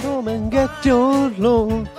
Come and get your love.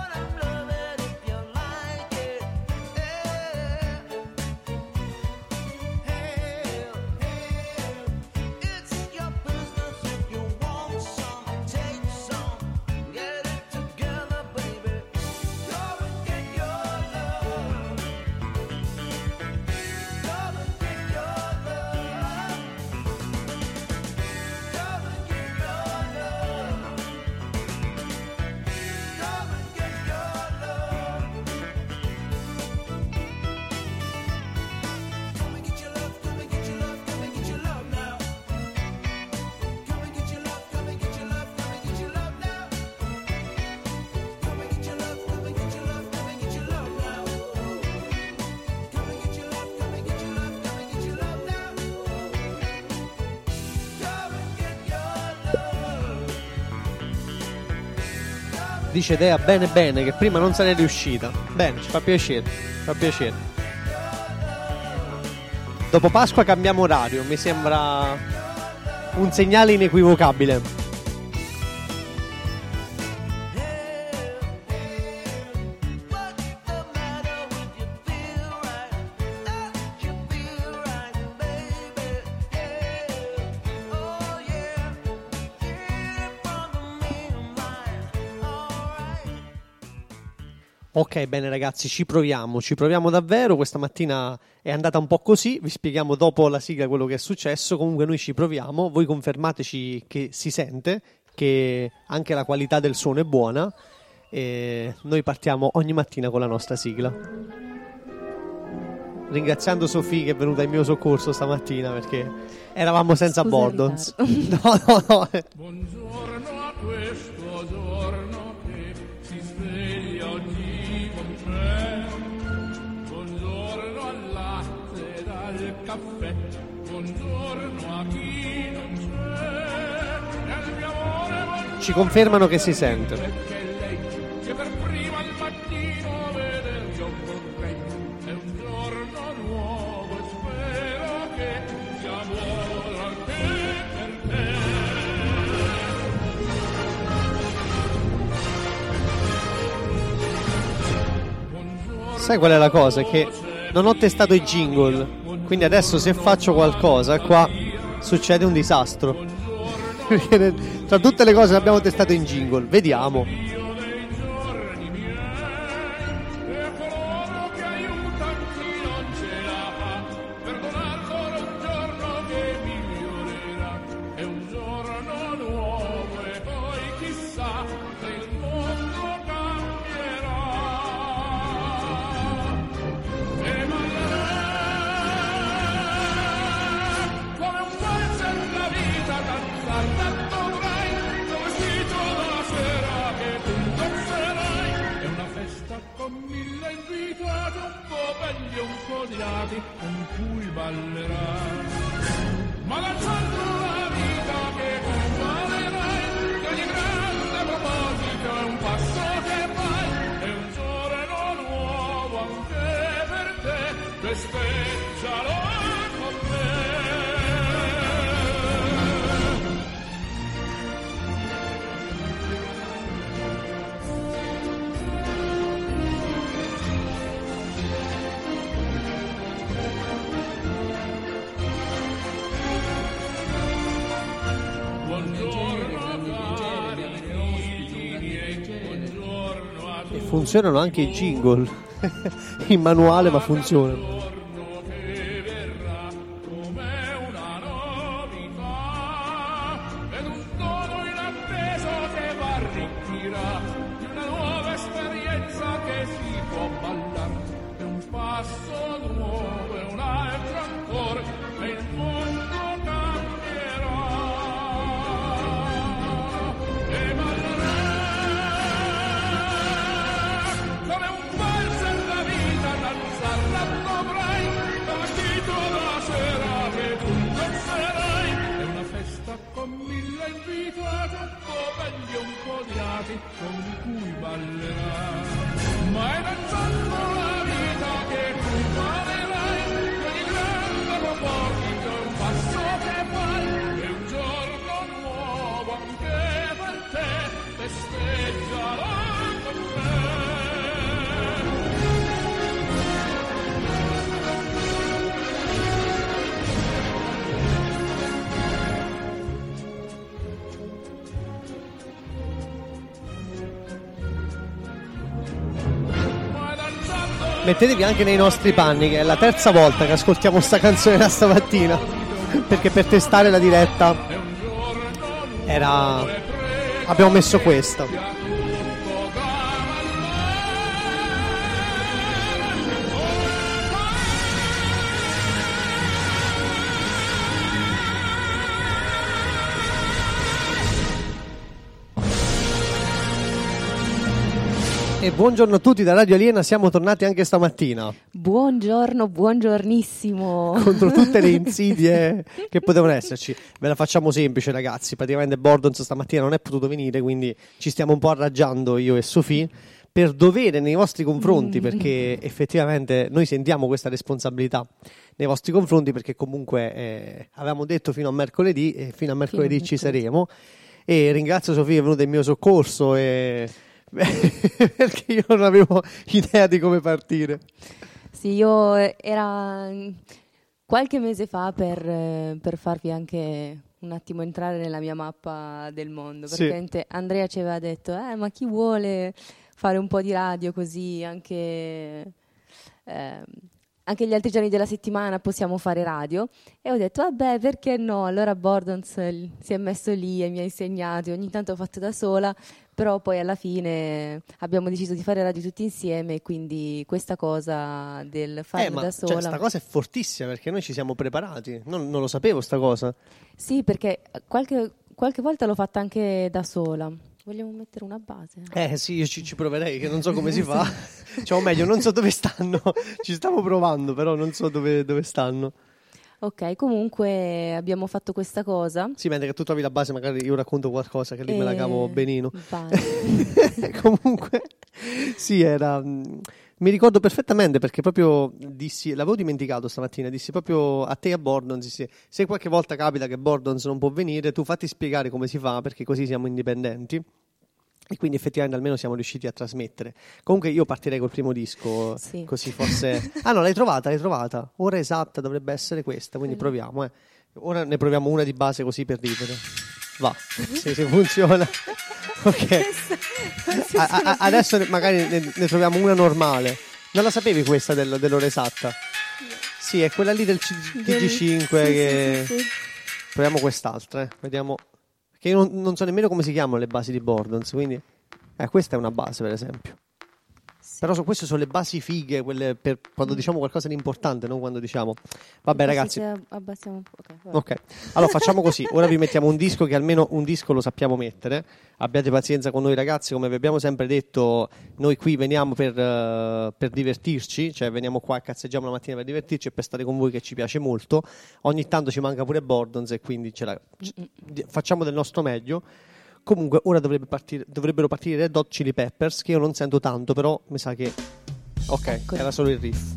Dice Dea bene bene che prima non se n'è riuscita. Bene, ci fa piacere, Dopo Pasqua cambiamo orario, mi sembra un segnale inequivocabile. Ok, bene ragazzi, ci proviamo davvero. Questa mattina è andata un po' così, vi spieghiamo dopo la sigla quello che è successo. Comunque noi ci proviamo, voi confermateci che si sente, che anche la qualità del suono è buona, e noi partiamo ogni mattina con la nostra sigla. Ringraziando Sofì che è venuta in mio soccorso stamattina perché eravamo senza Bordons. No. Buongiorno a questo giorno che si sveglia oggi. Buongiorno al latte ed al caffè, buongiorno a chi non c'è, nel mio amore buongiorno. Ci confermano che si sente. Perché lei che per prima al mattino veder io vorrei, è un giorno nuovo e spero che sia buono anche per te. Sai qual è la cosa? Che non ho testato i jingle, quindi adesso se faccio qualcosa qua succede un disastro. Perché tra tutte le cose che abbiamo testato in jingle, vediamo. Con cui ballerai, ma lasciando la vita che tu valerai, che ogni grande proposito è un passo che fai, è un giorno nuovo anche per te, festeggialo con me. E funzionano anche i jingle in manuale, ma funzionano. Con cui ballerai, ma è danzando la vita che tu valerai, ogni grande proposito è un passo che fai, è un giorno nuovo anche per te. Mettetevi anche nei nostri panni, che è la terza volta che ascoltiamo sta canzone da stamattina, perché per testare la diretta abbiamo messo questa. E buongiorno a tutti da Radio Aliena, siamo tornati anche stamattina. Buongiorno, buongiornissimo. Contro tutte le insidie che potevano esserci. Ve la facciamo semplice, ragazzi. Praticamente Bordons stamattina non è potuto venire, quindi ci stiamo un po' arrangiando io e Sofì per dovere nei vostri confronti, perché effettivamente noi sentiamo questa responsabilità nei vostri confronti, perché comunque avevamo detto fino a mercoledì e fino a mercoledì ci saremo. E ringrazio Sofì che è venuta in mio soccorso perché io non avevo idea di come partire. Sì, io era qualche mese fa per farvi anche un attimo entrare nella mia mappa del mondo. Perché Andrea ci aveva detto ma chi vuole fare un po' di radio così anche gli altri giorni della settimana possiamo fare radio, e ho detto vabbè, perché no. Allora Bordons si è messo lì e mi ha insegnato, ogni tanto ho fatto da sola, però poi alla fine abbiamo deciso di fare radio tutti insieme, quindi questa cosa del farlo da sola. Questa cosa è fortissima, perché noi ci siamo preparati, non lo sapevo sta cosa. Sì, perché qualche volta l'ho fatta anche da sola. Vogliamo mettere una base? Sì, io ci proverei, che non so come si fa. Cioè, o meglio, non so dove stanno. Ci stavo provando, però non so dove stanno. Ok, comunque abbiamo fatto questa cosa. Sì, mentre che tu trovi la base, magari io racconto qualcosa che lì me la cavo benino. Comunque, sì, era... Mi ricordo perfettamente, perché proprio dissi, l'avevo dimenticato stamattina, dissi proprio a te e a Bordons, dissi, se qualche volta capita che Bordons non può venire, tu fatti spiegare come si fa, perché così siamo indipendenti. E quindi effettivamente almeno siamo riusciti a trasmettere. Comunque io partirei col primo disco, sì. Così forse... Ah no, l'hai trovata. Ora esatta dovrebbe essere questa, quindi proviamo. Ora ne proviamo una di base così per ridere. Va, se funziona. Ok. Adesso magari ne troviamo una normale. Non la sapevi questa dell'ora esatta? Sì, è quella lì del TG5 che... Sì. Proviamo quest'altra, vediamo... Che io non so nemmeno come si chiamano le basi di Bordons, quindi questa è una base, per esempio. Sì. Però queste sono le basi fighe, quelle per quando diciamo qualcosa di importante, non quando diciamo vabbè ragazzi. Abbassiamo. Ok. Allora facciamo così, ora vi mettiamo un disco, che almeno un disco lo sappiamo mettere. Abbiate pazienza con noi ragazzi, come vi abbiamo sempre detto, noi qui veniamo per divertirci, cioè veniamo qua e cazzeggiamo la mattina per divertirci e per stare con voi, che ci piace molto. Ogni tanto ci manca pure Bordons e quindi facciamo del nostro meglio. Comunque ora dovrebbero partire i Red Hot Chili Peppers, che io non sento tanto, però mi sa che... Ok, eccoli. Era solo il riff.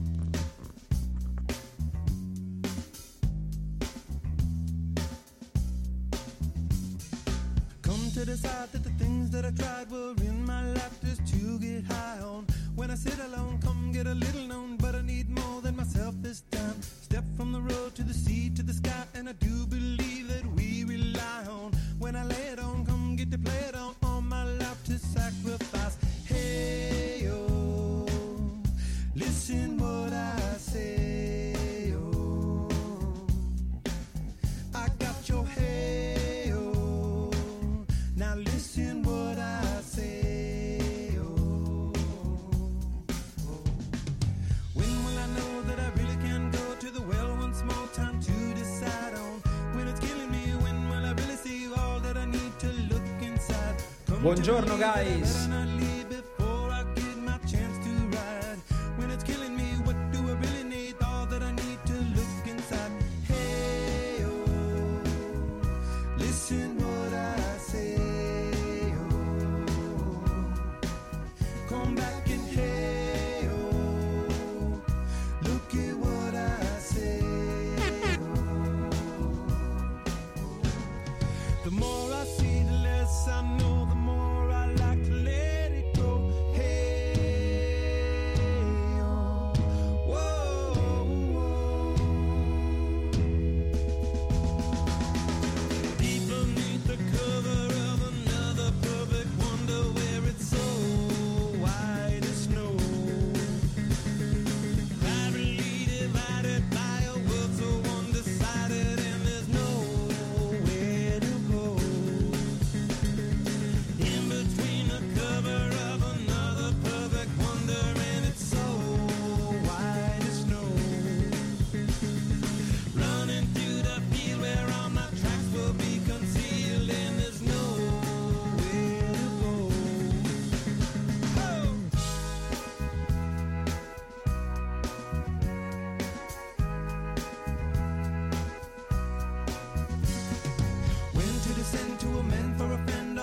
Come to decide that the things that I tried were in my life just to get high on. When I sit alone, come get a little known, but I need more than myself this time. Step from the road to the sea to the sky, and I do believe that we rely on. When I lay it on, come get to play it on, all my life to sacrifice. Hey, oh, listen what I say, oh, I got your hey, oh, now listen what I say, oh, oh. When will I know that I really can go to the well once more, time to decide on when it's killing me, when will I really see all that I need to look inside. Buongiorno guys. When it's killing me, what do I really need? All that I need to look inside. Hey, oh, listen what I say, oh, come back and hey, oh, look at what I say, oh. The more I see, the less I know, the more I like to live.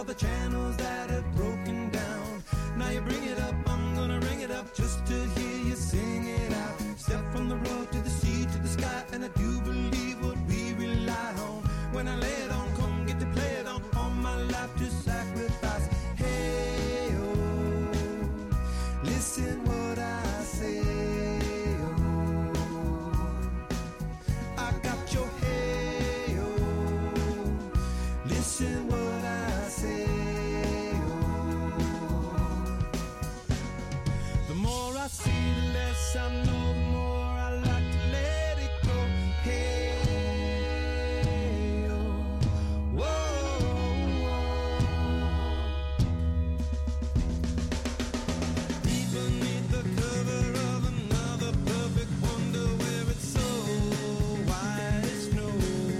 the channels that have broken down. Now you bring it up, I'm gonna ring it up just to hear you sing it out. Step from the road to the sea to the sky, and I do believe what we rely on. When I lay it on, come get to play it on. All my life to sacrifice. Hey, oh, listen what I say. Listen what I say, oh. The more I see, the less I know, the more I like to let it go. Hey, oh, whoa, deep beneath the cover of another perfect wonder where it's so white as snow.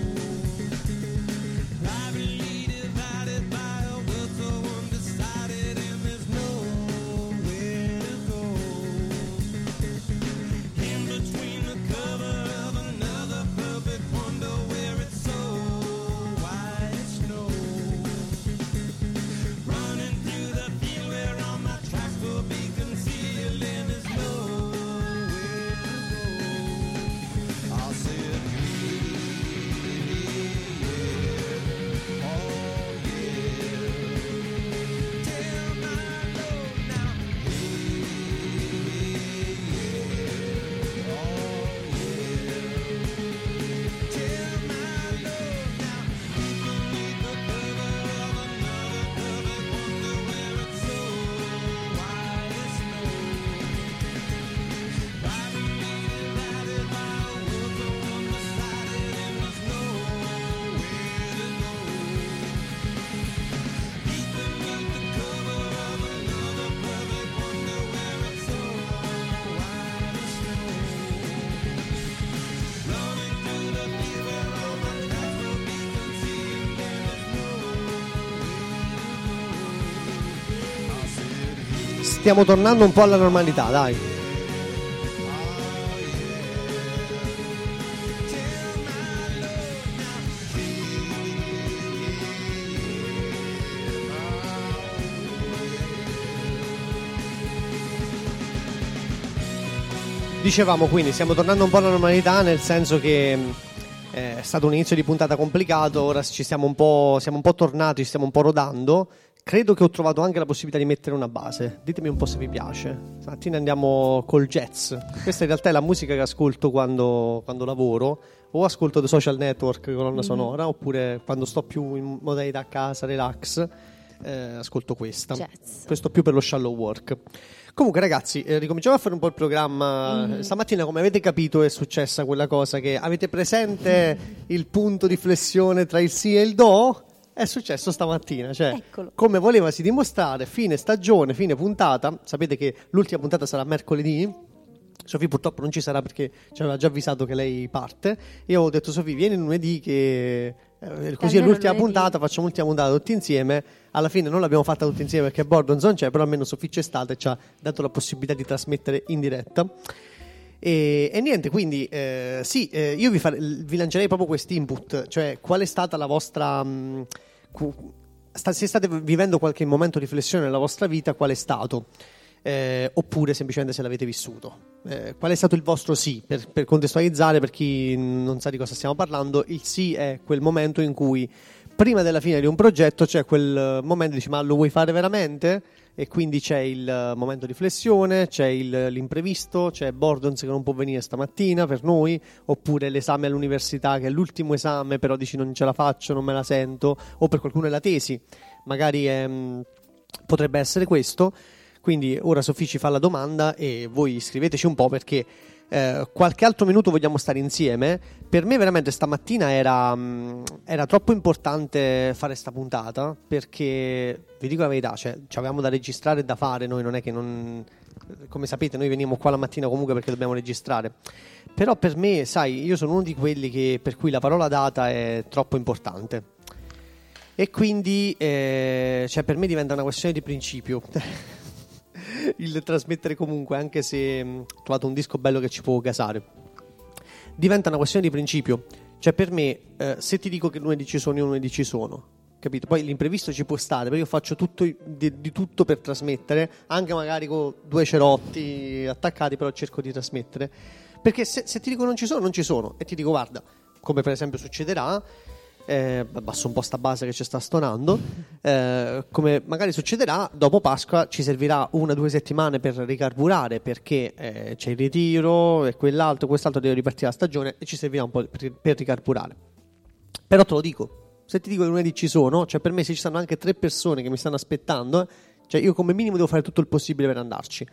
Stiamo tornando un po' alla normalità, dai. Dicevamo, quindi stiamo tornando un po' alla normalità, nel senso che è stato un inizio di puntata complicato, ora siamo un po' tornati, stiamo un po' rodando. Credo che ho trovato anche la possibilità di mettere una base. Ditemi un po' se vi piace. Stamattina andiamo col jazz. Questa in realtà è la musica che ascolto quando lavoro, o ascolto The Social Network, colonna sonora, oppure quando sto più in modalità a casa, relax, ascolto questa. Jazz. Questo più per lo shallow work. Comunque ragazzi, ricominciamo a fare un po' il programma. Stamattina, come avete capito, è successa quella cosa che avete presente il punto di flessione tra il sì e il do? È successo stamattina, cioè Eccolo. come volevasi dimostrare, fine stagione, fine puntata. Sapete che l'ultima puntata sarà mercoledì. Sofì purtroppo non ci sarà perché ci aveva già avvisato che lei parte. Io ho detto: Sofì, vieni lunedì che così è l'ultima puntata, facciamo l'ultima puntata tutti insieme. Alla fine non l'abbiamo fatta tutti insieme perché Bordons non c'è, però almeno Sofì c'è stata e ci ha dato la possibilità di trasmettere in diretta. E niente, quindi io vi lancerei proprio questo input, cioè qual è stata la vostra se state vivendo qualche momento di riflessione nella vostra vita, qual è stato? Oppure semplicemente se l'avete vissuto. Qual è stato il vostro sì? Per contestualizzare, per chi non sa di cosa stiamo parlando, il sì è quel momento in cui prima della fine di un progetto c'è quel momento di dici: ma lo vuoi fare veramente? E quindi c'è il momento di flessione, c'è l'imprevisto, c'è Bordons che non può venire stamattina per noi, oppure l'esame all'università che è l'ultimo esame, però dici non ce la faccio, non me la sento, o per qualcuno è la tesi, magari potrebbe essere questo. Quindi ora Sofì ci fa la domanda e voi scriveteci un po', perché qualche altro minuto vogliamo stare insieme. Per me veramente stamattina era troppo importante fare sta puntata, perché vi dico la verità, cioè ci avevamo da registrare e da fare, noi non è che non, come sapete noi veniamo qua la mattina comunque perché dobbiamo registrare, però per me, sai, io sono uno di quelli per cui la parola data è troppo importante, e quindi cioè per me diventa una questione di principio il trasmettere comunque, anche se ho trovato un disco bello che ci può gasare, diventa una questione di principio. Cioè per me se ti dico che lunedì ci sono, io lunedì ci sono, capito? Poi l'imprevisto ci può stare, perché io faccio tutto di tutto per trasmettere, anche magari con 2 cerotti attaccati, però cerco di trasmettere, perché se ti dico non ci sono, non ci sono, e ti dico guarda, come per esempio succederà, abbasso un po' sta base che ci sta stonando, come magari succederà dopo Pasqua, ci servirà 1 o 2 settimane per ricarburare, perché c'è il ritiro e quest'altro deve ripartire la stagione, e ci servirà un po' per ricarburare. Però te lo dico, se ti dico che lunedì ci sono, cioè per me se ci stanno anche 3 persone che mi stanno aspettando, cioè io come minimo devo fare tutto il possibile per andarci,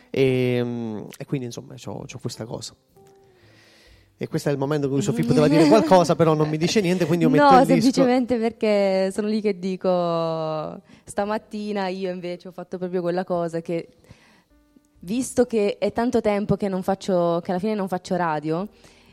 e quindi insomma c'ho questa cosa. E questo è il momento in cui Sofì poteva dire qualcosa, però non mi dice niente, quindi io metto il disco. No, semplicemente perché sono lì che dico, stamattina io invece ho fatto proprio quella cosa che, visto che è tanto tempo che non faccio, che alla fine non faccio radio,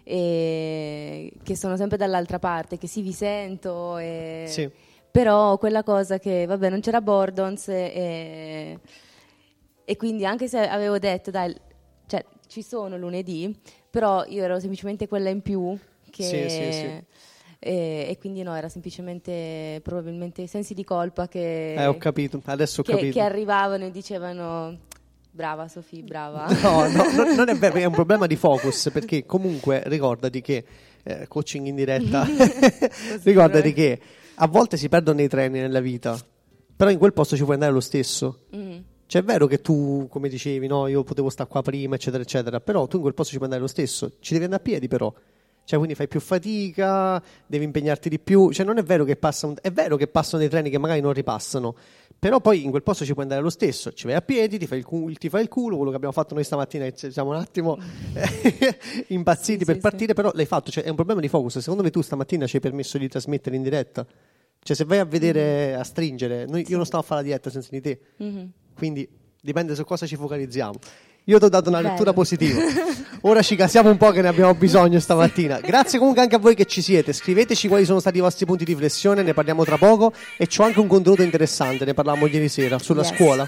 e che sono sempre dall'altra parte, che sì, vi sento, Sì. però quella cosa che, vabbè, non c'era Bordons, e quindi anche se avevo detto, dai, cioè, ci sono lunedì, però io ero semplicemente quella in più che Sì. e quindi no, era semplicemente probabilmente sensi di colpa che Ho capito, adesso ho capito. che arrivavano e dicevano brava Sofì, brava. No, non è vero, è un problema di focus, perché comunque ricordati che coaching in diretta ricordati che a volte si perdono i treni nella vita, però in quel posto ci puoi andare lo stesso. Cioè è vero che tu, come dicevi, no, io potevo stare qua prima, eccetera, eccetera, però tu in quel posto ci puoi andare lo stesso, ci devi andare a piedi però. Cioè quindi fai più fatica, devi impegnarti di più, cioè non è vero che è vero che passano dei treni che magari non ripassano, però poi in quel posto ci puoi andare lo stesso, ci vai a piedi, ti fai il culo, quello che abbiamo fatto noi stamattina, che siamo un attimo impazziti per partire, però l'hai fatto, cioè è un problema di focus. Secondo me tu stamattina ci hai permesso di trasmettere in diretta, cioè se vai a vedere, a stringere, io non stavo a fare la diretta senza di te, quindi dipende su cosa ci focalizziamo. Io ti ho dato una lettura positiva. Ora ci casiamo un po' che ne abbiamo bisogno stamattina. Grazie comunque anche a voi che ci siete. Scriveteci quali sono stati i vostri punti di riflessione, ne parliamo tra poco. E c'ho anche un contenuto interessante, ne parlavamo ieri sera, sulla scuola.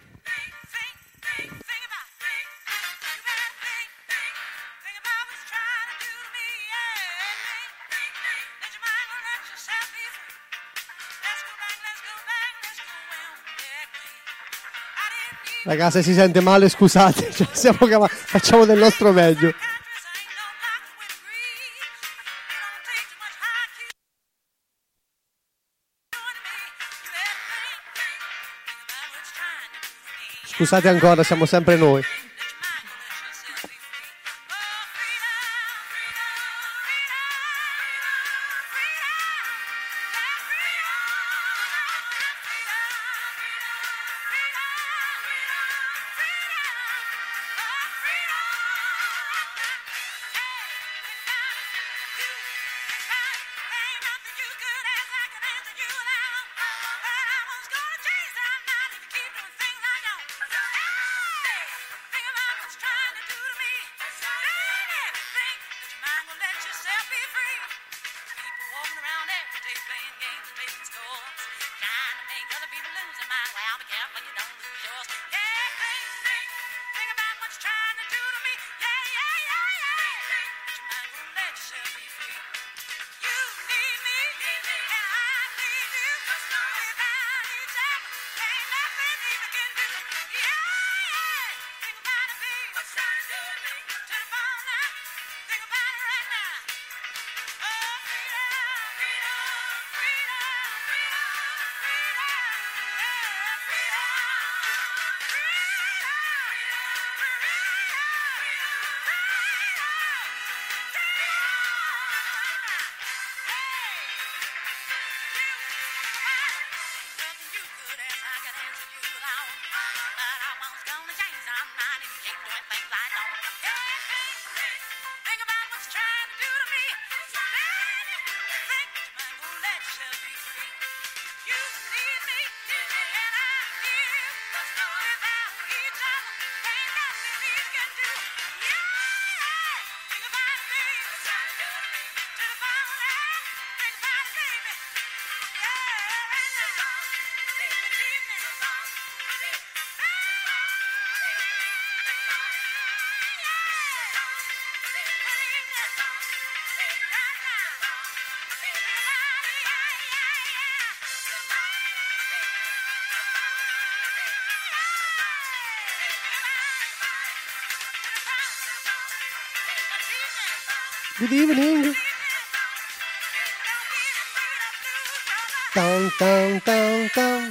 Ragazzi, si sente male, scusate, cioè, facciamo del nostro meglio. Scusate ancora, siamo sempre noi. Good evening. Tan, tan, tan, tan.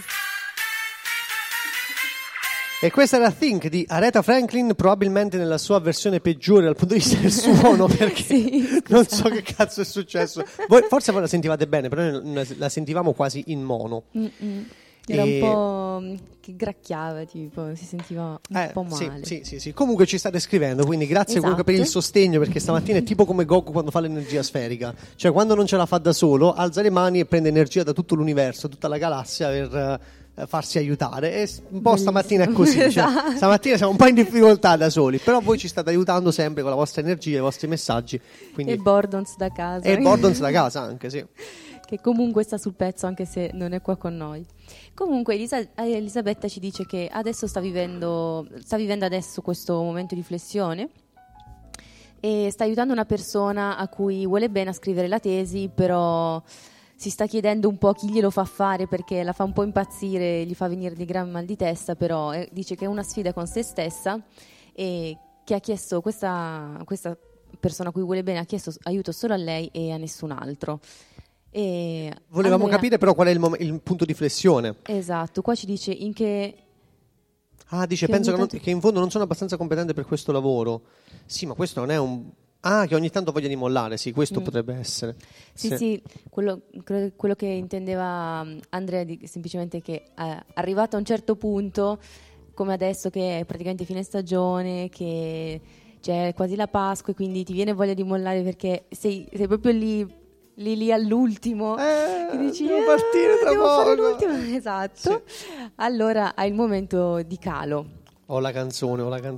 E questa era Think di Aretha Franklin, probabilmente nella sua versione peggiore dal punto di vista del suono, perché Sì, non so che cazzo è successo. Forse voi la sentivate bene, però noi la sentivamo quasi in mono. Era un po' che gracchiava, tipo, si sentiva un po' male. Sì. Comunque ci state scrivendo, quindi grazie comunque per il sostegno, perché stamattina è tipo come Goku quando fa l'energia sferica. Cioè quando non ce la fa da solo, alza le mani e prende energia da tutto l'universo, tutta la galassia per farsi aiutare. E un po' stamattina è così. Esatto. Cioè, stamattina siamo un po' in difficoltà da soli, però voi ci state aiutando sempre con la vostra energia, i vostri messaggi. Quindi... E Bordons da casa. E Bordons da casa anche, sì. Che comunque sta sul pezzo anche se non è qua con noi. Comunque Elisabetta ci dice che adesso sta vivendo adesso questo momento di flessione e sta aiutando una persona a cui vuole bene a scrivere la tesi, però si sta chiedendo un po' chi glielo fa fare, perché la fa un po' impazzire, gli fa venire dei gran mal di testa, però dice che è una sfida con se stessa e che ha chiesto questa persona a cui vuole bene ha chiesto aiuto solo a lei e a nessun altro. E volevamo Andrea... capire però qual è il punto di flessione. Esatto, qua ci dice in che... Dice, penso che in fondo non sono abbastanza competente per questo lavoro. Sì, ma questo non è un... che ogni tanto voglia di mollare, sì, questo potrebbe essere. Sì, quello che intendeva Andrea semplicemente che arrivato a un certo punto, come adesso che è praticamente fine stagione, che c'è quasi la Pasqua e quindi ti viene voglia di mollare perché sei proprio lì all'ultimo e dici devo partire tra devo poco. fare l'ultimo, esatto. Sì. Allora hai il momento di calo. Ho la canzone.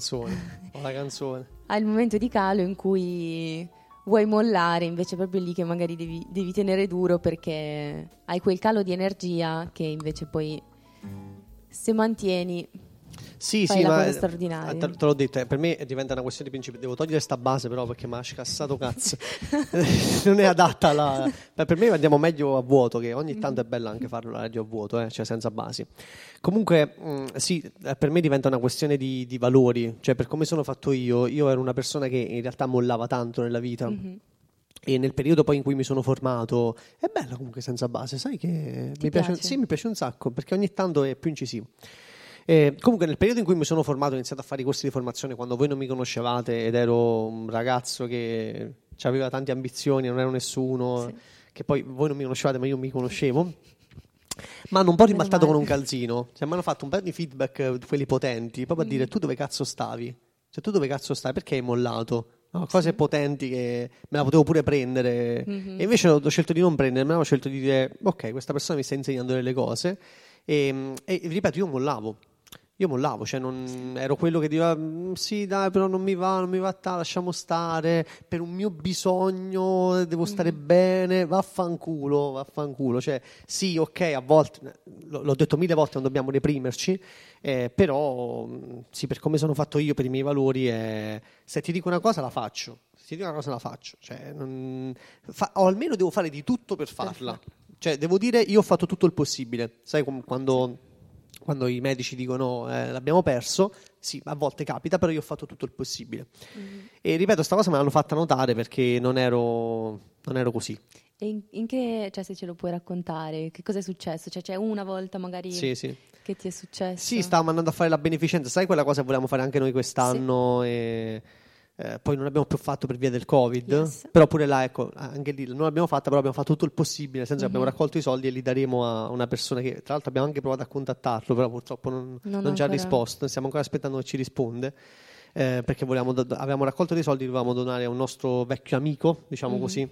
Hai il momento di calo in cui vuoi mollare, invece proprio lì che magari devi tenere duro, perché hai quel calo di energia che invece poi se mantieni fai la cosa straordinaria. Te l'ho detto, per me diventa una questione di principio. Devo togliere sta base però perché mi ha scassato cazzo. Non è adatta per me andiamo meglio a vuoto, che ogni tanto è bello anche farlo la radio a vuoto, cioè senza basi. Comunque per me diventa una questione di valori, cioè per come sono fatto io ero una persona che in realtà mollava tanto nella vita. E nel periodo poi in cui mi sono formato è bella comunque senza base, sai che mi piace? Sì, mi piace un sacco perché ogni tanto è più incisivo. Comunque nel periodo in cui mi sono formato ho iniziato a fare i corsi di formazione quando voi non mi conoscevate ed ero un ragazzo che aveva tante ambizioni, non ero nessuno, che poi voi non mi conoscevate ma io mi conoscevo. Ma hanno un po' ribaltato con un calzino, cioè mi hanno fatto un paio di feedback, quelli potenti, proprio a dire tu dove cazzo stavi? Cioè tu dove cazzo stai? Perché hai mollato? No, cose potenti che me la potevo pure prendere e invece ho scelto di non prendermela, ho scelto di dire ok, questa persona mi sta insegnando delle cose e ripeto, io mollavo, cioè non ero quello che diceva sì dai però non mi va, lasciamo stare, per un mio bisogno devo stare bene, vaffanculo, cioè sì ok a volte, l'ho detto 1000 volte, non dobbiamo reprimerci, però sì, per come sono fatto io, per i miei valori, se ti dico una cosa la faccio, cioè o almeno devo fare di tutto per farla, cioè devo dire io ho fatto tutto il possibile, sai quando i medici dicono l'abbiamo perso, sì, a volte capita, però io ho fatto tutto il possibile. E ripeto, sta cosa me l'hanno fatta notare perché non ero così. E in che, cioè se ce lo puoi raccontare, che cosa è successo? Cioè c'è una volta magari che ti è successo? Sì, stavamo andando a fare la beneficenza, sai quella cosa che volevamo fare anche noi quest'anno e... poi non l'abbiamo più fatto per via del Covid, però pure là, ecco, anche lì non l'abbiamo fatta, però abbiamo fatto tutto il possibile, nel senso che abbiamo raccolto i soldi e li daremo a una persona che tra l'altro abbiamo anche provato a contattarlo, però purtroppo non ci ha risposto, stiamo ancora aspettando che ci risponde, perché avevamo raccolto dei soldi, dovevamo donare a un nostro vecchio amico, diciamo così,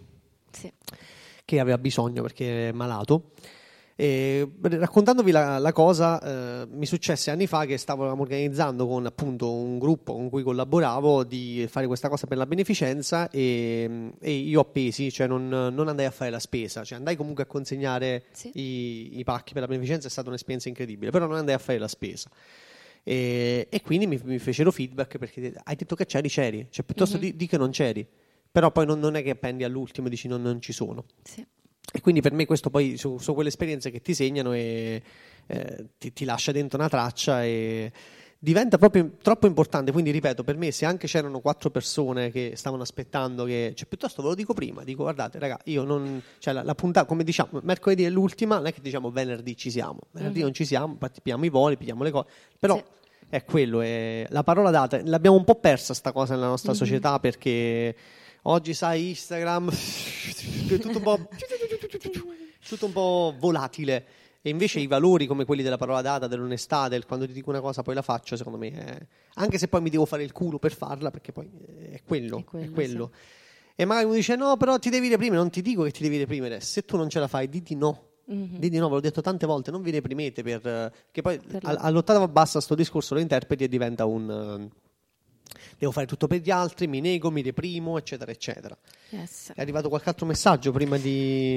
che aveva bisogno perché è malato. E raccontandovi la cosa, mi successe anni fa che stavamo organizzando con appunto un gruppo con cui collaboravo di fare questa cosa per la beneficenza e io appesi, cioè non andai a fare la spesa, cioè andai comunque a consegnare i pacchi per la beneficenza, è stata un'esperienza incredibile, però non andai a fare la spesa e quindi mi fecero feedback perché hai detto che c'eri, cioè piuttosto di che non c'eri, però poi non è che appendi all'ultimo e dici non ci sono. E quindi per me questo poi sono quelle esperienze che ti segnano e ti lascia dentro una traccia e diventa proprio troppo importante. Quindi ripeto, per me, se anche c'erano 4 persone che stavano aspettando cioè, piuttosto ve lo dico prima, dico guardate raga, io non, cioè la puntata, come diciamo, mercoledì è l'ultima, non è che diciamo venerdì ci siamo, venerdì non ci siamo, pigliamo i voli, pigliamo le cose, però Sì. è quello, è la parola data. L'abbiamo un po' persa sta cosa nella nostra società, perché oggi sai Instagram è tutto un po' volatile. E invece i valori come quelli della parola data, dell'onestà, del quando ti dico una cosa poi la faccio, secondo me anche se poi mi devo fare il culo per farla, perché poi è quello. Sì. E magari uno dice no, però ti devi reprimere. Non ti dico che ti devi reprimere, se tu non ce la fai diti no. Diti no, ve l'ho detto tante volte, non vi reprimete che poi all'ottava basta sto discorso, lo interpreti e diventa un devo fare tutto per gli altri, mi nego, mi reprimo, eccetera eccetera. Yes. È arrivato qualche altro messaggio prima di...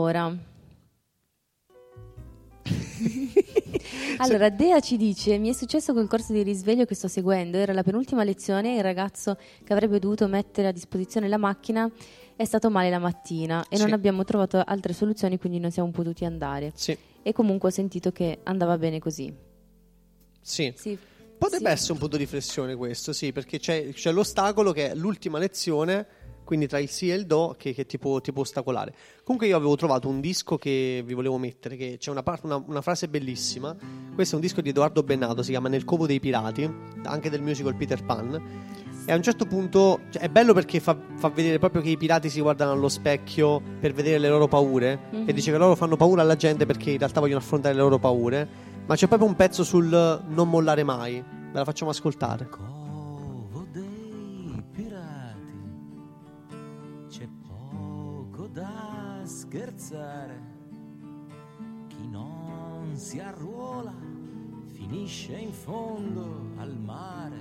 Allora, Dea ci dice: mi è successo col corso di risveglio che sto seguendo, era la penultima lezione, il ragazzo che avrebbe dovuto mettere a disposizione la macchina è stato male la mattina e non abbiamo trovato altre soluzioni, quindi non siamo potuti andare. Sì. E comunque ho sentito che andava bene così. Sì. Sì. Potrebbe essere un punto di riflessione questo, sì, perché c'è l'ostacolo che è l'ultima lezione, quindi tra il sì e il do, che ti può ostacolare. Comunque io avevo trovato un disco che vi volevo mettere, che c'è una frase bellissima. Questo è un disco di Edoardo Bennato, si chiama Nel covo dei pirati, anche del musical Peter Pan. E a un certo punto, cioè, è bello perché fa vedere proprio che i pirati si guardano allo specchio per vedere le loro paure, e dice che loro fanno paura alla gente perché in realtà vogliono affrontare le loro paure. Ma c'è proprio un pezzo sul non mollare mai. Ve la facciamo ascoltare. Covo dei pirati, c'è poco da scherzare. Chi non si arruola finisce in fondo al mare.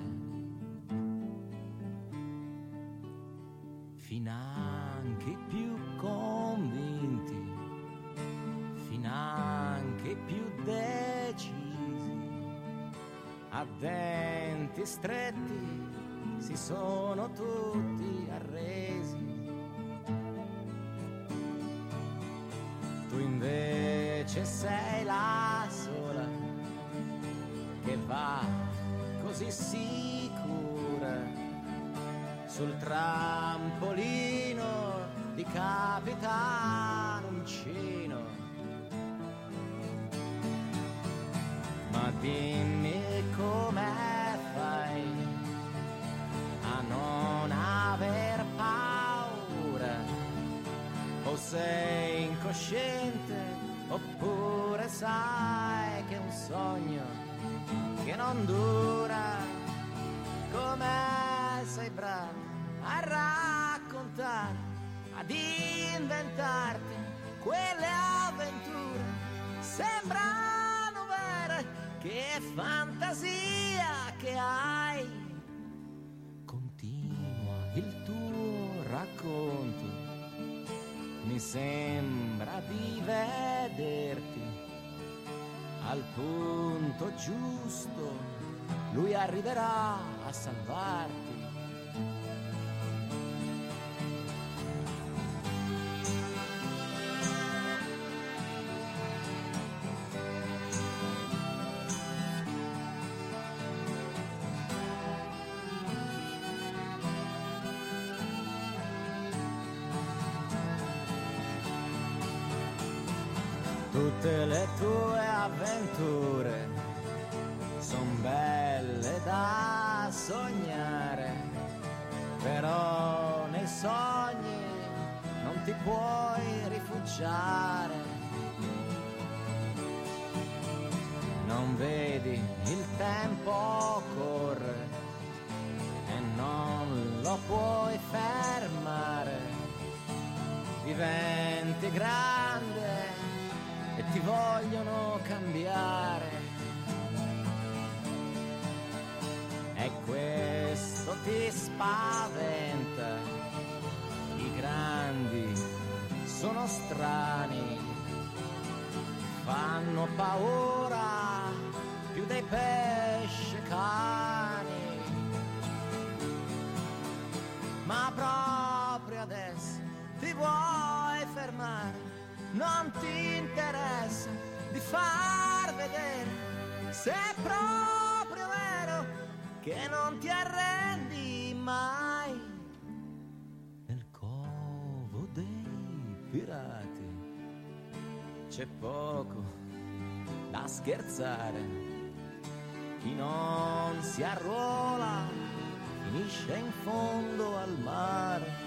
Finanche i più convinti, finanche i più decisi, a denti stretti si sono tutti arresi. Tu invece sei la sola che va così sicura sul trampolino di Capitano Uncino. Ma dimmi come fai a non aver paura, o sei incosciente oppure sai che è un sogno che non dura. Come sei bravo a raccontare, ad inventarti quelle avventure, sembrano vere, che fantasia che hai. Continua il tuo racconto, mi sembra di vederti al punto giusto, lui arriverà a salvarti. Tutte le tue avventure son belle da sognare, però nei sogni non ti puoi rifugiare. Non vedi il tempo corre e non lo puoi fermare. Diventi grande e ti vogliono cambiare, e questo ti spaventa. I grandi sono strani, fanno paura più dei pesci cani. Ma proprio adesso ti vuoi fermare, non ti interessa di far vedere se è proprio vero che non ti arrendi mai. Nel covo dei pirati c'è poco da scherzare. Chi non si arruola finisce in fondo al mare.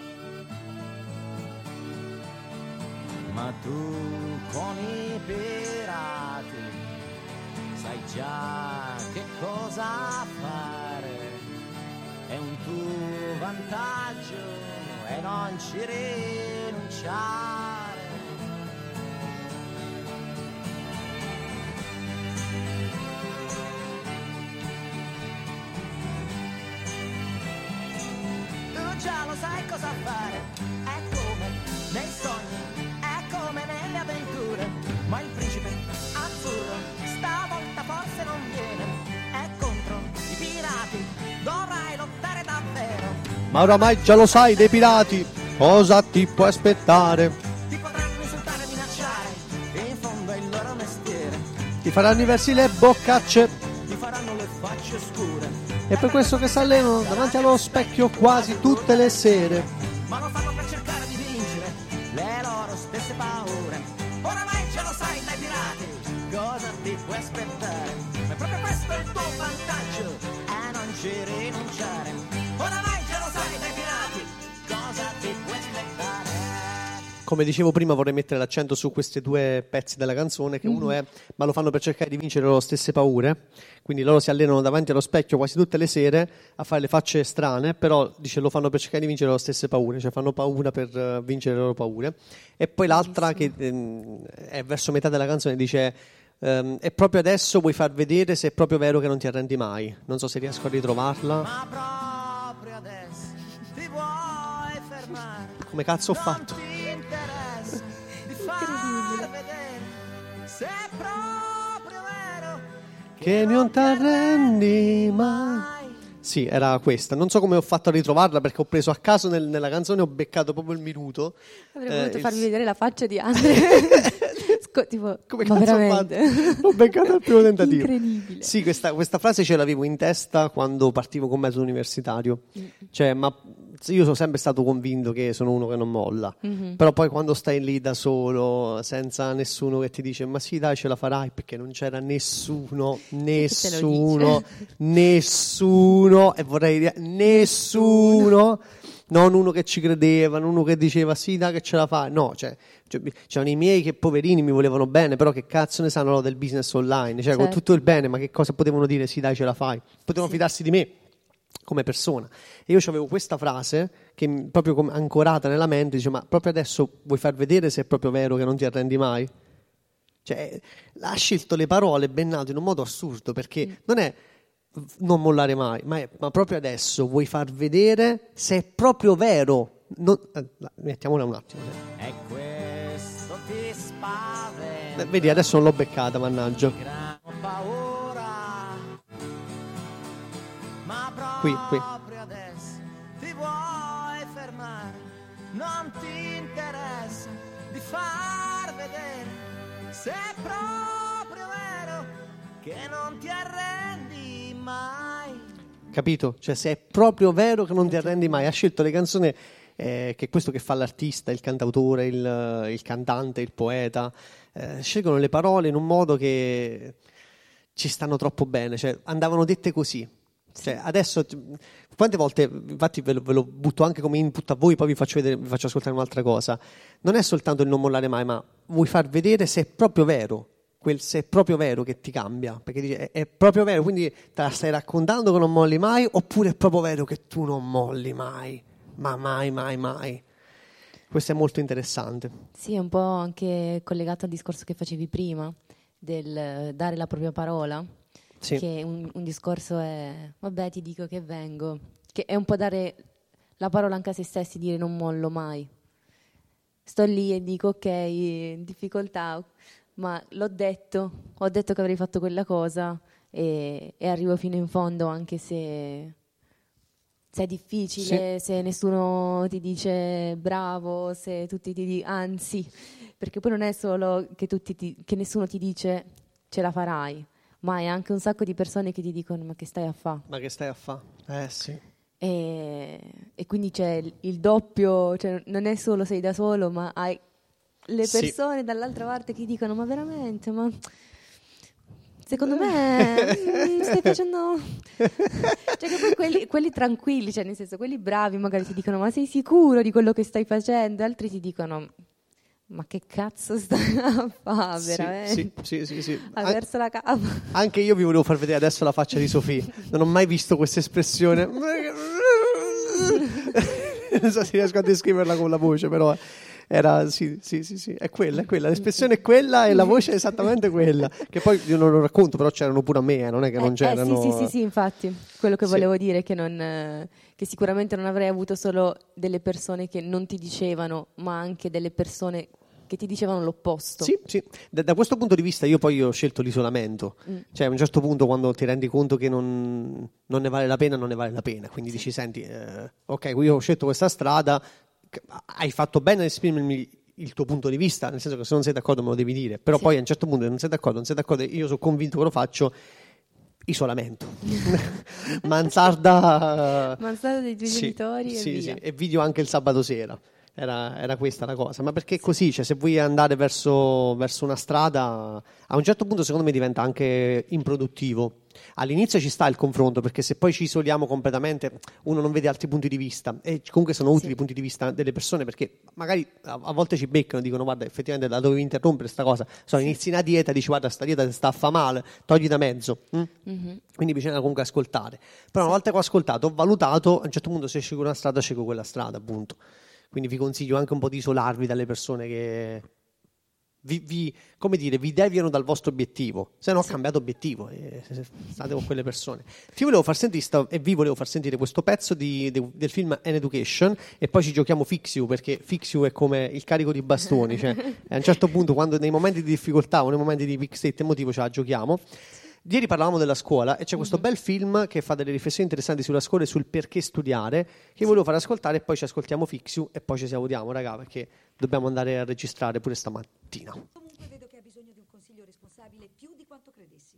Ma tu con i pirati sai già che cosa fare. È un tuo vantaggio e non ci rinunciare. Tu già lo sai cosa fare, è come nei sogni, è come nelle avventure. Ma il principe azzurro stavolta forse non viene, è contro i pirati, dovrai lottare davvero. Ma oramai già lo sai dei pirati, cosa ti può aspettare? Ti potranno insultare e minacciare, in fondo è il loro mestiere. Ti faranno i versi le boccacce, Ti faranno le facce scure, è per questo che s'allenano davanti allo specchio quasi tutte le sere. ma lo fanno per cercare di vincere le loro stesse paure. Oramai già lo sai dai pirati, cosa ti puoi aspettare. Ma è proprio questo il tuo vantaggio, e non ci rinunciare. Oramai già lo sai dai pirati, cosa ti puoi aspettare. Come dicevo prima, vorrei mettere l'accento su questi due pezzi della canzone, che uno è ma lo fanno per cercare di vincere le loro stesse paure, quindi loro si allenano davanti allo specchio quasi tutte le sere a fare le facce strane, però dice lo fanno per cercare di vincere le loro stesse paure, cioè fanno paura per vincere le loro paure. E poi l'altra che è verso metà della canzone dice e proprio adesso vuoi far vedere se è proprio vero che non ti arrendi mai. Non so se riesco a ritrovarla. Ma proprio adesso ti vuoi fermare. Come cazzo ho fatto? Non ti interessa di far vedere se è proprio vero Che non ti arrendi mai. Sì, era questa. Non so come ho fatto a ritrovarla perché ho preso a caso nella canzone, ho beccato proprio il minuto. Avrei voluto farvi vedere la faccia di Andrea. Tipo, Come ma cazzo ho veramente? fatto? L'ho beccato al primo tentativo. Incredibile. Sì, questa frase ce l'avevo in testa quando partivo con mezzo universitario. Cioè, ma io sono sempre stato convinto che sono uno che non molla. Però poi quando stai lì da solo, senza nessuno che ti dice ma sì dai ce la farai, perché non c'era nessuno, e vorrei dire nessuno. Non uno che ci credeva, non uno che diceva sì dai che ce la fai. No, c'erano i miei che poverini mi volevano bene, però che cazzo ne sanno del business online, cioè con Certo. tutto il bene, ma che cosa potevano dire sì dai ce la fai? Potevano fidarsi di me come persona. E io avevo questa frase che proprio ancorata nella mente, dice ma proprio adesso vuoi far vedere se è proprio vero che non ti arrendi mai? Cioè ha scelto le parole Bennato in un modo assurdo, perché non è non mollare mai, ma proprio adesso vuoi far vedere se è proprio vero. Mettiamola un attimo. e questo ti spaventa. Vedi, adesso non l'ho beccata, mannaggia. Gran paura. Ma Qui. proprio adesso ti vuoi fermare. Non ti interessa di far vedere se è proprio vero che non ti arrendi mai. Capito? Cioè se è proprio vero che non ti arrendi mai. Ha scelto le canzoni che è questo che fa l'artista, il cantautore, il cantante, il poeta, scelgono le parole in un modo che ci stanno troppo bene, cioè andavano dette così. Cioè adesso quante volte, infatti ve lo butto anche come input a voi, poi vi faccio ascoltare un'altra cosa. Non è soltanto il non mollare mai, ma vuoi far vedere se è proprio vero, se è proprio vero che ti cambia, perché dice è proprio vero, quindi te la stai raccontando che non molli mai, oppure è proprio vero che tu non molli mai, ma mai. Questo è molto interessante. Sì, è un po' anche collegato al discorso che facevi prima del dare la propria parola. Sì. Che un discorso è vabbè ti dico che vengo, che è un po' dare la parola anche a se stessi, dire non mollo mai, sto lì e dico ok, difficoltà, ma ho detto che avrei fatto quella cosa e arrivo fino in fondo, anche se è difficile, se nessuno ti dice bravo, se tutti ti dicono anzi, perché poi non è solo che nessuno ti dice ce la farai, ma hai anche un sacco di persone che ti dicono ma che stai a fa? Ma che stai a fa? Sì. E quindi c'è il doppio, cioè non è solo sei da solo, ma hai le persone dall'altra parte che dicono ma veramente, ma secondo me stai facendo... Cioè che poi quelli tranquilli, cioè nel senso quelli bravi magari ti dicono ma sei sicuro di quello che stai facendo? Altri ti dicono ma che cazzo stai a fare veramente? Sì. Ha perso la capa. Anche io vi volevo far vedere adesso la faccia di Sofì. Non ho mai visto questa espressione. Non so se riesco a descriverla con la voce, però era sì, è quella, l'espressione è quella e la voce è esattamente quella. Che poi io non lo racconto, però c'erano pure a me, non è che non c'erano. Sì, infatti. Quello che volevo dire è che sicuramente non avrei avuto solo delle persone che non ti dicevano, ma anche delle persone che ti dicevano l'opposto. Sì. Da questo punto di vista io poi ho scelto l'isolamento. Cioè a un certo punto quando ti rendi conto che non ne vale la pena, non ne vale la pena. Quindi dici, senti, ok, io ho scelto questa strada, hai fatto bene ad esprimermi il tuo punto di vista, nel senso che se non sei d'accordo me lo devi dire, però poi a un certo punto non sei d'accordo, io sono convinto che lo faccio. Isolamento. Mansarda dei tuoi genitori e via. E video anche il sabato sera. Era questa la cosa, ma perché è così, cioè se vuoi andare verso una strada a un certo punto secondo me diventa anche improduttivo. All'inizio ci sta il confronto, perché se poi ci isoliamo completamente uno non vede altri punti di vista, e comunque sono utili i punti di vista delle persone, perché magari a volte ci beccano e dicono guarda effettivamente la dovevi interrompere sta cosa, inizi una dieta, dici guarda sta dieta ti sta a fa male, togli da mezzo. Quindi bisogna comunque ascoltare, però una volta che ho ascoltato, ho valutato, a un certo punto se scelgo una strada scelgo quella strada, appunto. Quindi vi consiglio anche un po' di isolarvi dalle persone che vi deviano dal vostro obiettivo. Se no cambiate obiettivo e state con quelle persone. Vi volevo far sentire questo pezzo del film An Education, e poi ci giochiamo Fix You, perché Fix You è come il carico di bastoni, cioè a un certo punto quando nei momenti di difficoltà o nei momenti di peak state emotivo ce la giochiamo. Ieri parlavamo della scuola e c'è questo bel film che fa delle riflessioni interessanti sulla scuola e sul perché studiare, che volevo far ascoltare, e poi ci ascoltiamo Fix You e poi ci salutiamo, raga, perché dobbiamo andare a registrare pure stamattina. Comunque vedo che ha bisogno di un consiglio responsabile più di quanto credessi.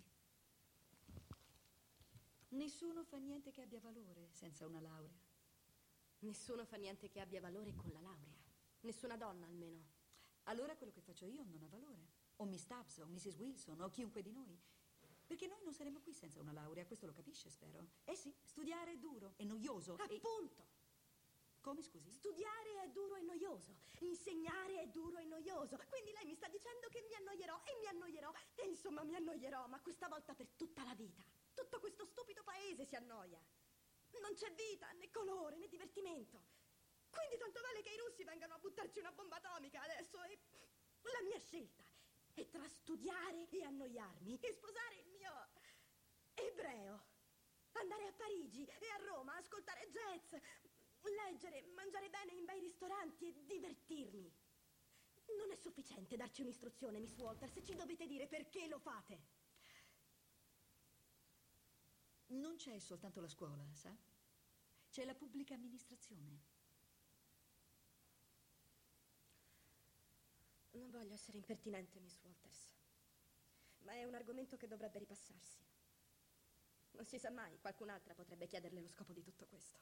Nessuno fa niente che abbia valore senza una laurea. Nessuno fa niente che abbia valore con la laurea. Nessuna donna, almeno. Allora quello che faccio io non ha valore. O Miss Stubbs, o Mrs. Wilson, o chiunque di noi. Perché noi non saremmo qui senza una laurea, questo lo capisce, spero. Eh sì, studiare è duro e noioso. Appunto! Come, scusi? Studiare è duro e noioso, insegnare è duro e noioso. Quindi lei mi sta dicendo che mi annoierò e mi annoierò e insomma mi annoierò, ma questa volta per tutta la vita. Tutto questo stupido paese si annoia. Non c'è vita, né colore, né divertimento. Quindi tanto vale che i russi vengano a buttarci una bomba atomica adesso e la mia scelta è tra studiare e annoiarmi e sposare il mio ebreo, andare a Parigi e a Roma, ascoltare jazz, leggere, mangiare bene in bei ristoranti e divertirmi. Non è sufficiente darci un'istruzione, Miss Walters, ci dovete dire perché lo fate. Non c'è soltanto la scuola, sa? C'è la pubblica amministrazione. Non voglio essere impertinente, Miss Walters, ma è un argomento che dovrebbe ripassarsi. Non si sa mai, qualcun'altra potrebbe chiederle lo scopo di tutto questo.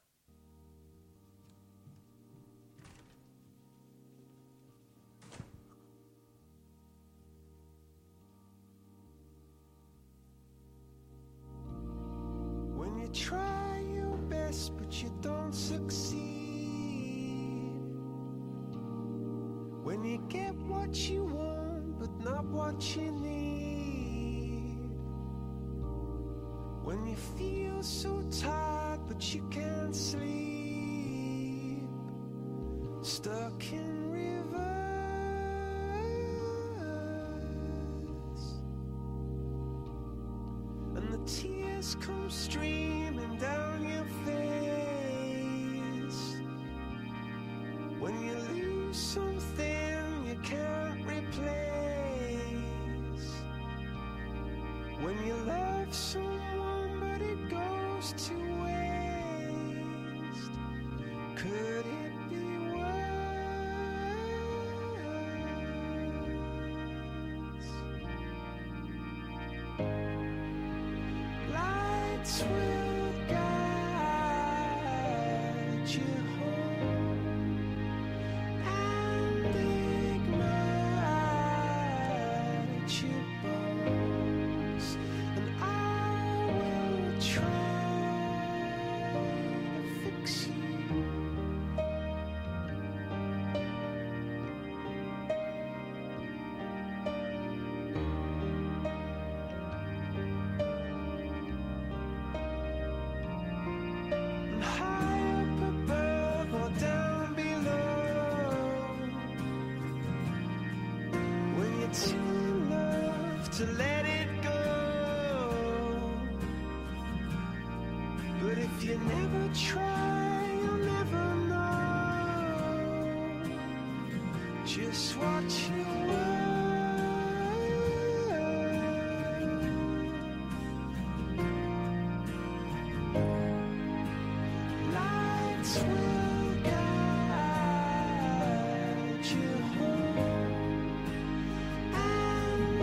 When you try your best but you don't succeed, when you get what you want but not what you need, when you feel so tired but you can't sleep, stuck in reverse, and the tears come streaming down your face, when you lose something you can't replace, when you love someone but it goes to waste, could it be worse? Lights will guide you home and ignite your bones, and I will try to fix you. High up above or down below, when you're too in love to let it go. But if you never try, you'll never know just what you want. Lights will guide you home and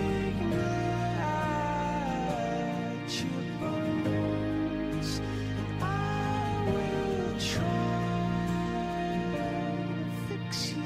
ignite your bones, and I will try to fix you.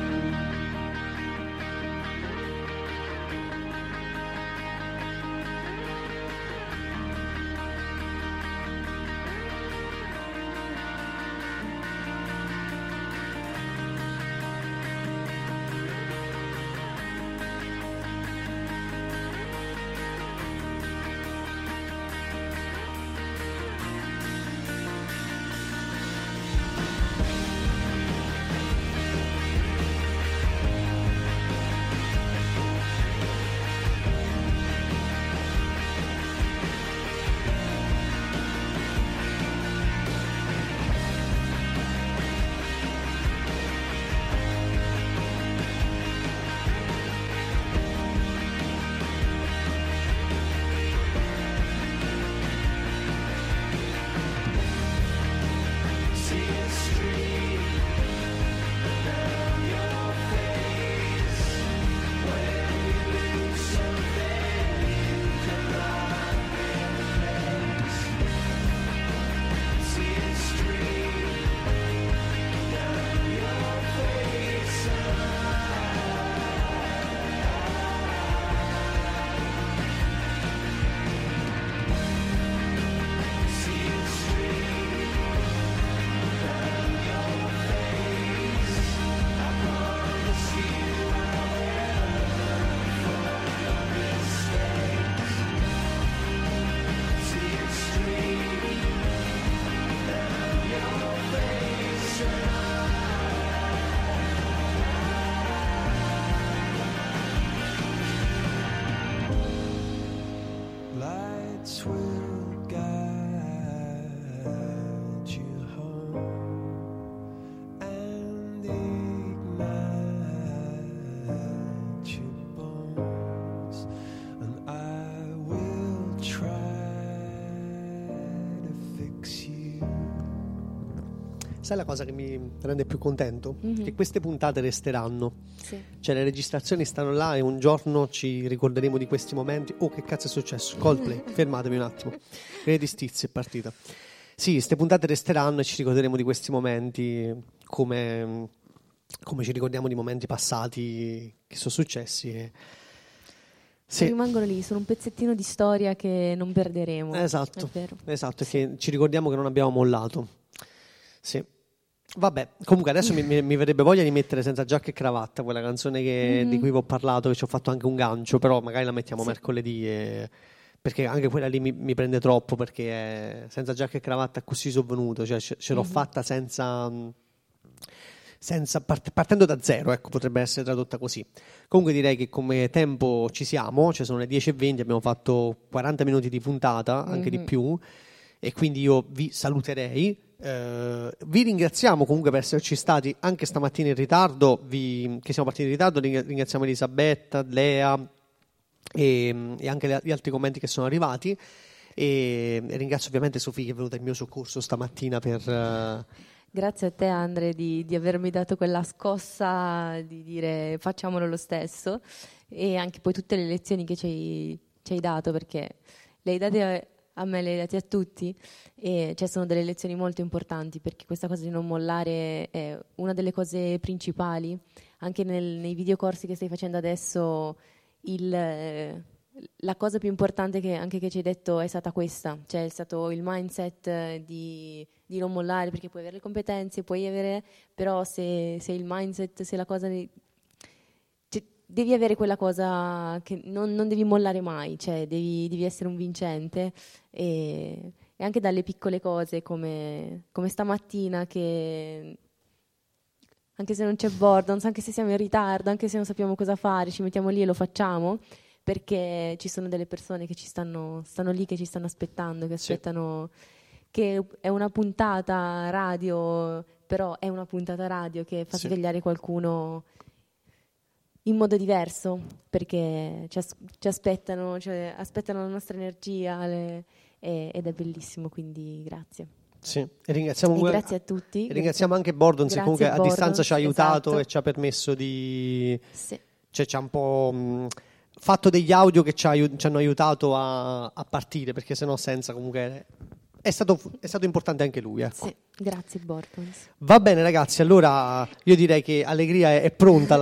See a street down your face when you lose something you cannot replace. See a street down your face. See a street down your face. I promise you I'll never learn from your mistakes. See a street down your face. Lights will guide you home and ignite your bones, and I will try to fix you. Sai la cosa che mi rende più contento? Che queste puntate resteranno. Sì. Cioè le registrazioni stanno là e un giorno ci ricorderemo di questi momenti. Oh, che cazzo è successo? Coldplay, fermatevi un attimo. Greatest Stizzi è partita. Sì, queste puntate resteranno e ci ricorderemo di questi momenti come ci ricordiamo di momenti passati che sono successi. E... Sì. Rimangono lì, sono un pezzettino di storia che non perderemo. Esatto, È vero. esatto, e che ci ricordiamo che non abbiamo mollato. Sì. Vabbè, comunque adesso mi verrebbe voglia di mettere Senza giacca e cravatta, quella canzone di cui vi ho parlato, che ci ho fatto anche un gancio, però magari la mettiamo mercoledì, perché anche quella lì mi prende troppo, perché Senza giacca e cravatta così sono venuto, cioè ce l'ho fatta partendo da zero, ecco, potrebbe essere tradotta così. Comunque direi che come tempo ci siamo, cioè sono le 10:20, abbiamo fatto 40 minuti di puntata, anche di più, e quindi io vi saluterei. Vi ringraziamo comunque per esserci stati anche stamattina in ritardo, che siamo partiti in ritardo. Ringraziamo Elisabetta, Lea e anche gli altri commenti che sono arrivati, e ringrazio ovviamente Sofì che è venuta in mio soccorso stamattina per... Grazie a te Andre di avermi dato quella scossa di dire facciamolo lo stesso, e anche poi tutte le lezioni che ci hai dato, perché le hai date a me le hai dati a tutti, e sono delle lezioni molto importanti, perché questa cosa di non mollare è una delle cose principali. Anche nei videocorsi che stai facendo adesso, la cosa più importante che ci hai detto è stata questa, cioè è stato il mindset di non mollare, perché puoi avere le competenze, però se il mindset, se la cosa devi avere quella cosa che non devi mollare mai, cioè devi essere un vincente, e anche dalle piccole cose come stamattina, che anche se non c'è Bordons, anche se siamo in ritardo, anche se non sappiamo cosa fare, ci mettiamo lì e lo facciamo, perché ci sono delle persone che stanno lì, che ci stanno aspettando, che aspettano, che è una puntata radio, però è una puntata radio che fa svegliare qualcuno in modo diverso, perché ci aspettano, aspettano la nostra energia, ed è bellissimo, quindi grazie. Sì, e grazie a tutti. E ringraziamo anche Bordons, che comunque a distanza ci ha aiutato, esatto. E ci ha permesso di... Cioè ci ha un po' fatto degli audio che ci hanno aiutato a partire, perché sennò senza comunque... È stato importante anche lui, ecco. Sì, grazie Bordons. Va bene ragazzi, allora io direi che Allegria è pronta,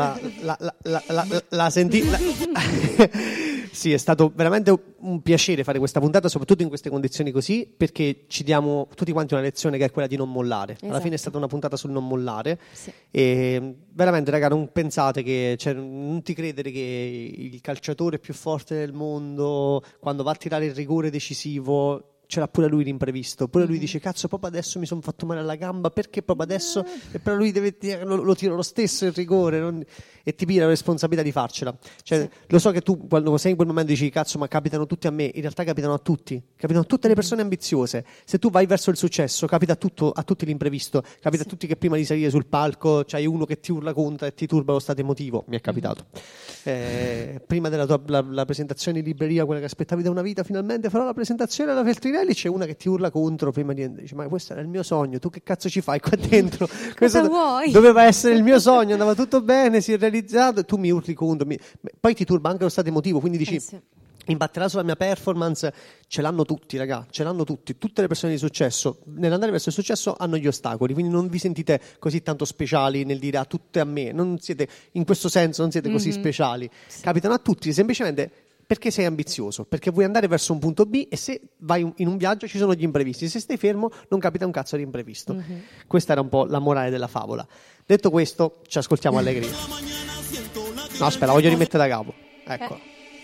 la sentita. Sì, è stato veramente un piacere fare questa puntata, soprattutto in queste condizioni così, perché ci diamo tutti quanti una lezione che è quella di non mollare. Alla fine è stata una puntata sul non mollare. Sì. E veramente raga, non pensate che, cioè, non ti credere che il calciatore più forte del mondo, quando va a tirare il rigore decisivo, ce l'ha pure lui l'imprevisto, pure lui dice cazzo proprio adesso mi sono fatto male alla gamba, perché proprio adesso, e però lui deve lo tiro lo stesso il rigore, e ti piglia la responsabilità di farcela, cioè lo so che tu quando sei in quel momento dici cazzo ma capitano tutti a me, in realtà capitano a tutti, capitano a tutte le persone ambiziose, se tu vai verso il successo capita a tutti l'imprevisto, capita a tutti che prima di salire sul palco c'hai uno che ti urla contro e ti turba lo stato emotivo, mi è capitato prima della la presentazione in libreria, quella che aspettavi da una vita, finalmente farò la presentazione alla Feltrinelli, c'è una che ti urla contro prima di dice ma questo era il mio sogno, tu che cazzo ci fai qua dentro? Questo doveva essere il mio sogno, andava tutto bene, si è realizzato, e tu mi urli contro, poi ti turba anche lo stato emotivo, quindi dici imbatterà sulla mia performance. Ce l'hanno tutti, raga, ce l'hanno tutti, tutte le persone di successo nell'andare verso il successo hanno gli ostacoli, quindi non vi sentite così tanto speciali nel dire tutte a me, non siete in questo senso, non siete così speciali, capitano a tutti semplicemente perché sei ambizioso, perché vuoi andare verso un punto B, e se vai in un viaggio ci sono gli imprevisti, se stai fermo non capita un cazzo di imprevisto. Questa era un po' la morale della favola. Detto questo, ci ascoltiamo Allegria. No, aspetta, voglio rimettere da capo. Ecco.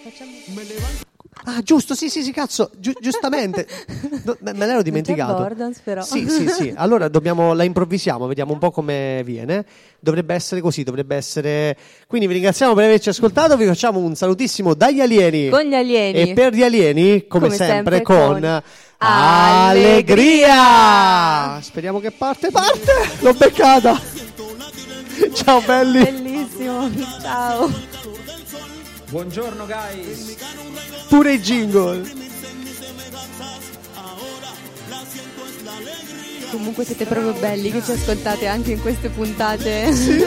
Ah, giusto, sì, cazzo, giustamente. Me l'ero dimenticato. Bordons, però. Sì. Allora la improvvisiamo, vediamo un po' come viene. Dovrebbe essere così, Quindi vi ringraziamo per averci ascoltato, vi facciamo un salutissimo dagli alieni. Con gli alieni. E per gli alieni, come sempre con Allegria. Speriamo che parte. L'ho beccata. Ciao belli. Bellissimo, ciao. Buongiorno guys. Pure i jingle. Comunque siete proprio belli che ci ascoltate anche in queste puntate. Sì.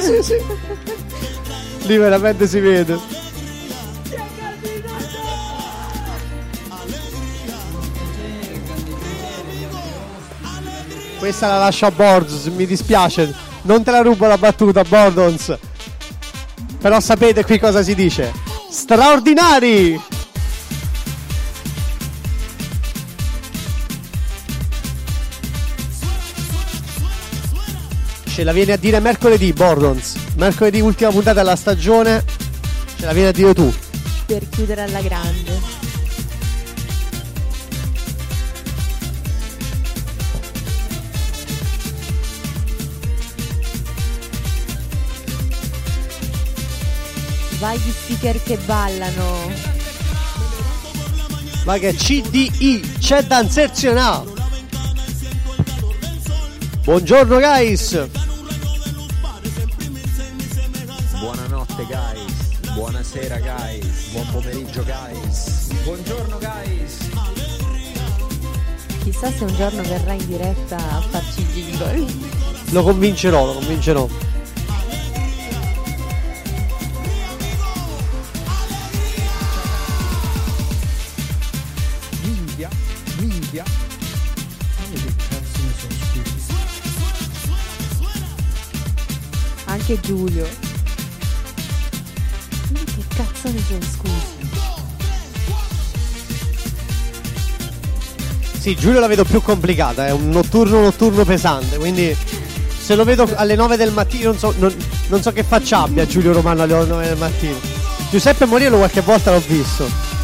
Lì veramente si vede. Questa la lascio a Bordons, mi dispiace. Non te la rubo la battuta, Bordons. Però sapete qui cosa si dice. Straordinari! Ce la vieni a dire mercoledì, Bordons. Mercoledì, ultima puntata della stagione. Ce la vieni a dire tu. Per chiudere alla grande. Vai gli speaker che ballano. Ma che CDI, c'è da inserzionare. Buongiorno guys. Buonanotte guys. Buonasera guys. Buon pomeriggio guys. Buongiorno guys. Chissà se un giorno verrà in diretta a farci jingle. Lo convincerò. Scudia. Che cazzo ne so, scusi. Anche Giulio. Che cazzo ne so, scusi. Sì, Giulio la vedo più complicata, è un notturno pesante, quindi se lo vedo alle 9 del mattino non so che faccia abbia Giulio Romano alle 9 del mattino. Giuseppe Moriello qualche volta l'ho visto.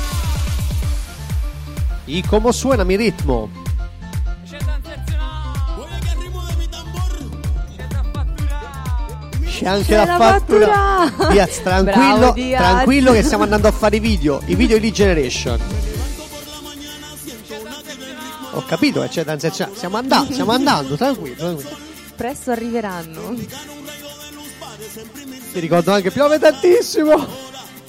Y come suena mi ritmo. C'è anche la fattura. Diaz, tranquillo, Bravo, Diaz. tranquillo che stiamo andando a fare i video di Generation. Ho capito che c'è da insezione. Stiamo andando, tranquillo. Presto arriveranno. Ti ricordo anche piove tantissimo.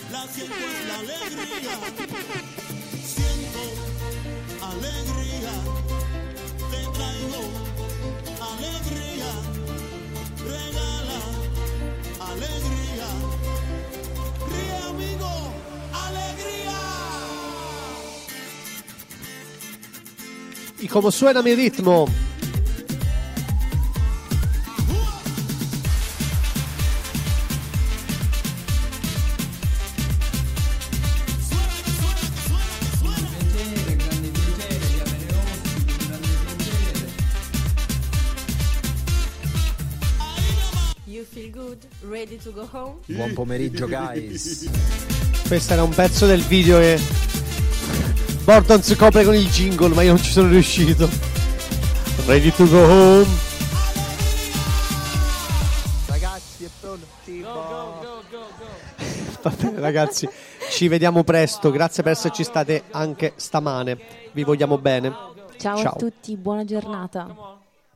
Y como suena mi ritmo. You feel good? Ready to go home? Buon pomeriggio, guys. Questo era un pezzo del video che Borton si copre con il jingle, ma io non ci sono riuscito. Ready to go home. Ragazzi, è pronti. Go. Va bene, ragazzi, ci vediamo presto. Grazie per esserci state anche stamane. Vi vogliamo bene. Ciao a tutti, buona giornata.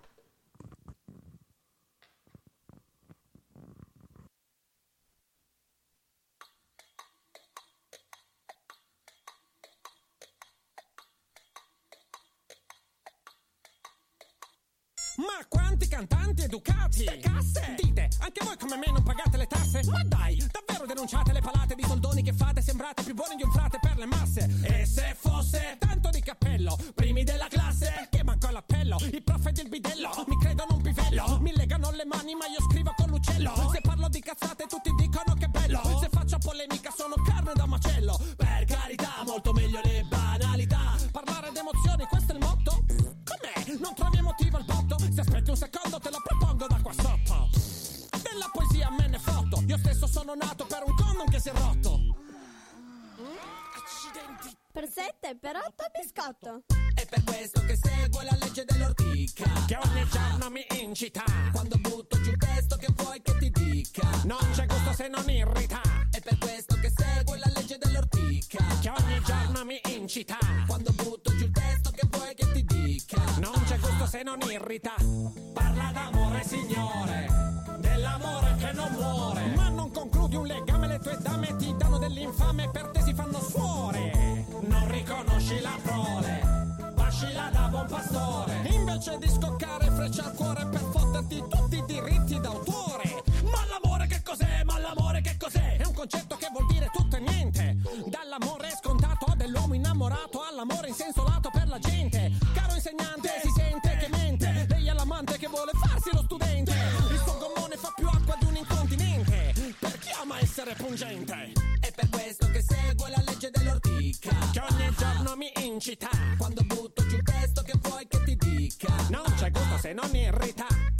Ma quanti cantanti educati! Che casse! Dite, anche voi come me non pagate le tasse? Ma dai, davvero denunciate le palate di soldoni che fate? Sembrate più buoni di un frate per le masse. E se fosse tanto di cappello, primi della classe, che manco all'appello, il prof ed il bidello, mi credono un pivello, mi legano le mani ma io scrivo con l'uccello. Se parlo di cazzate tutti dicono che bello, se faccio polemica sono carne da macello. Per carità, molto meglio le banalità, parlare d'emozioni, questo è il motto? Com'è? Non trovi emotivo al botto? Se aspetti un secondo te lo propongo da qua sotto. Della poesia me ne fotto, io stesso sono nato per un condom che si è rotto. Accidenti. Per 7, per 8 biscotto. È per questo che seguo la legge dell'ortica, che ogni giorno mi incita. Quando butto giù il testo che vuoi che ti dica, non c'è gusto se non irrita. È per questo che seguo la legge dell'ortica, che ogni giorno mi incita. Quando butto giù il testo che vuoi che ti dica, non c'è gusto se non irrita. Parla d'amore, signore, dell'amore che non muore. Ma non concludi un legame, le tue dame ti danno dell'infame, per te si fanno suore. Non riconosci la prole, bascila da buon pastore. Invece di scoccare freccia al cuore per fotterti tutti i diritti d'autore. Ma l'amore che cos'è? Ma l'amore che cos'è? È un concetto che vuol dire tutto e niente. Dall'amore scontato dell'uomo innamorato all'amore in senso lato per la gente. Caro insegnante, si sente che mente. Lei è l'amante che vuole farsi lo studente. Il suo gommone fa più acqua di un incontinente. Per chi ama essere pungente? È per questo che seguo la legge dell'ortica, che ogni giorno mi incita. Quando butto giù il testo che vuoi che ti dica, non c'è gusto se non irrita.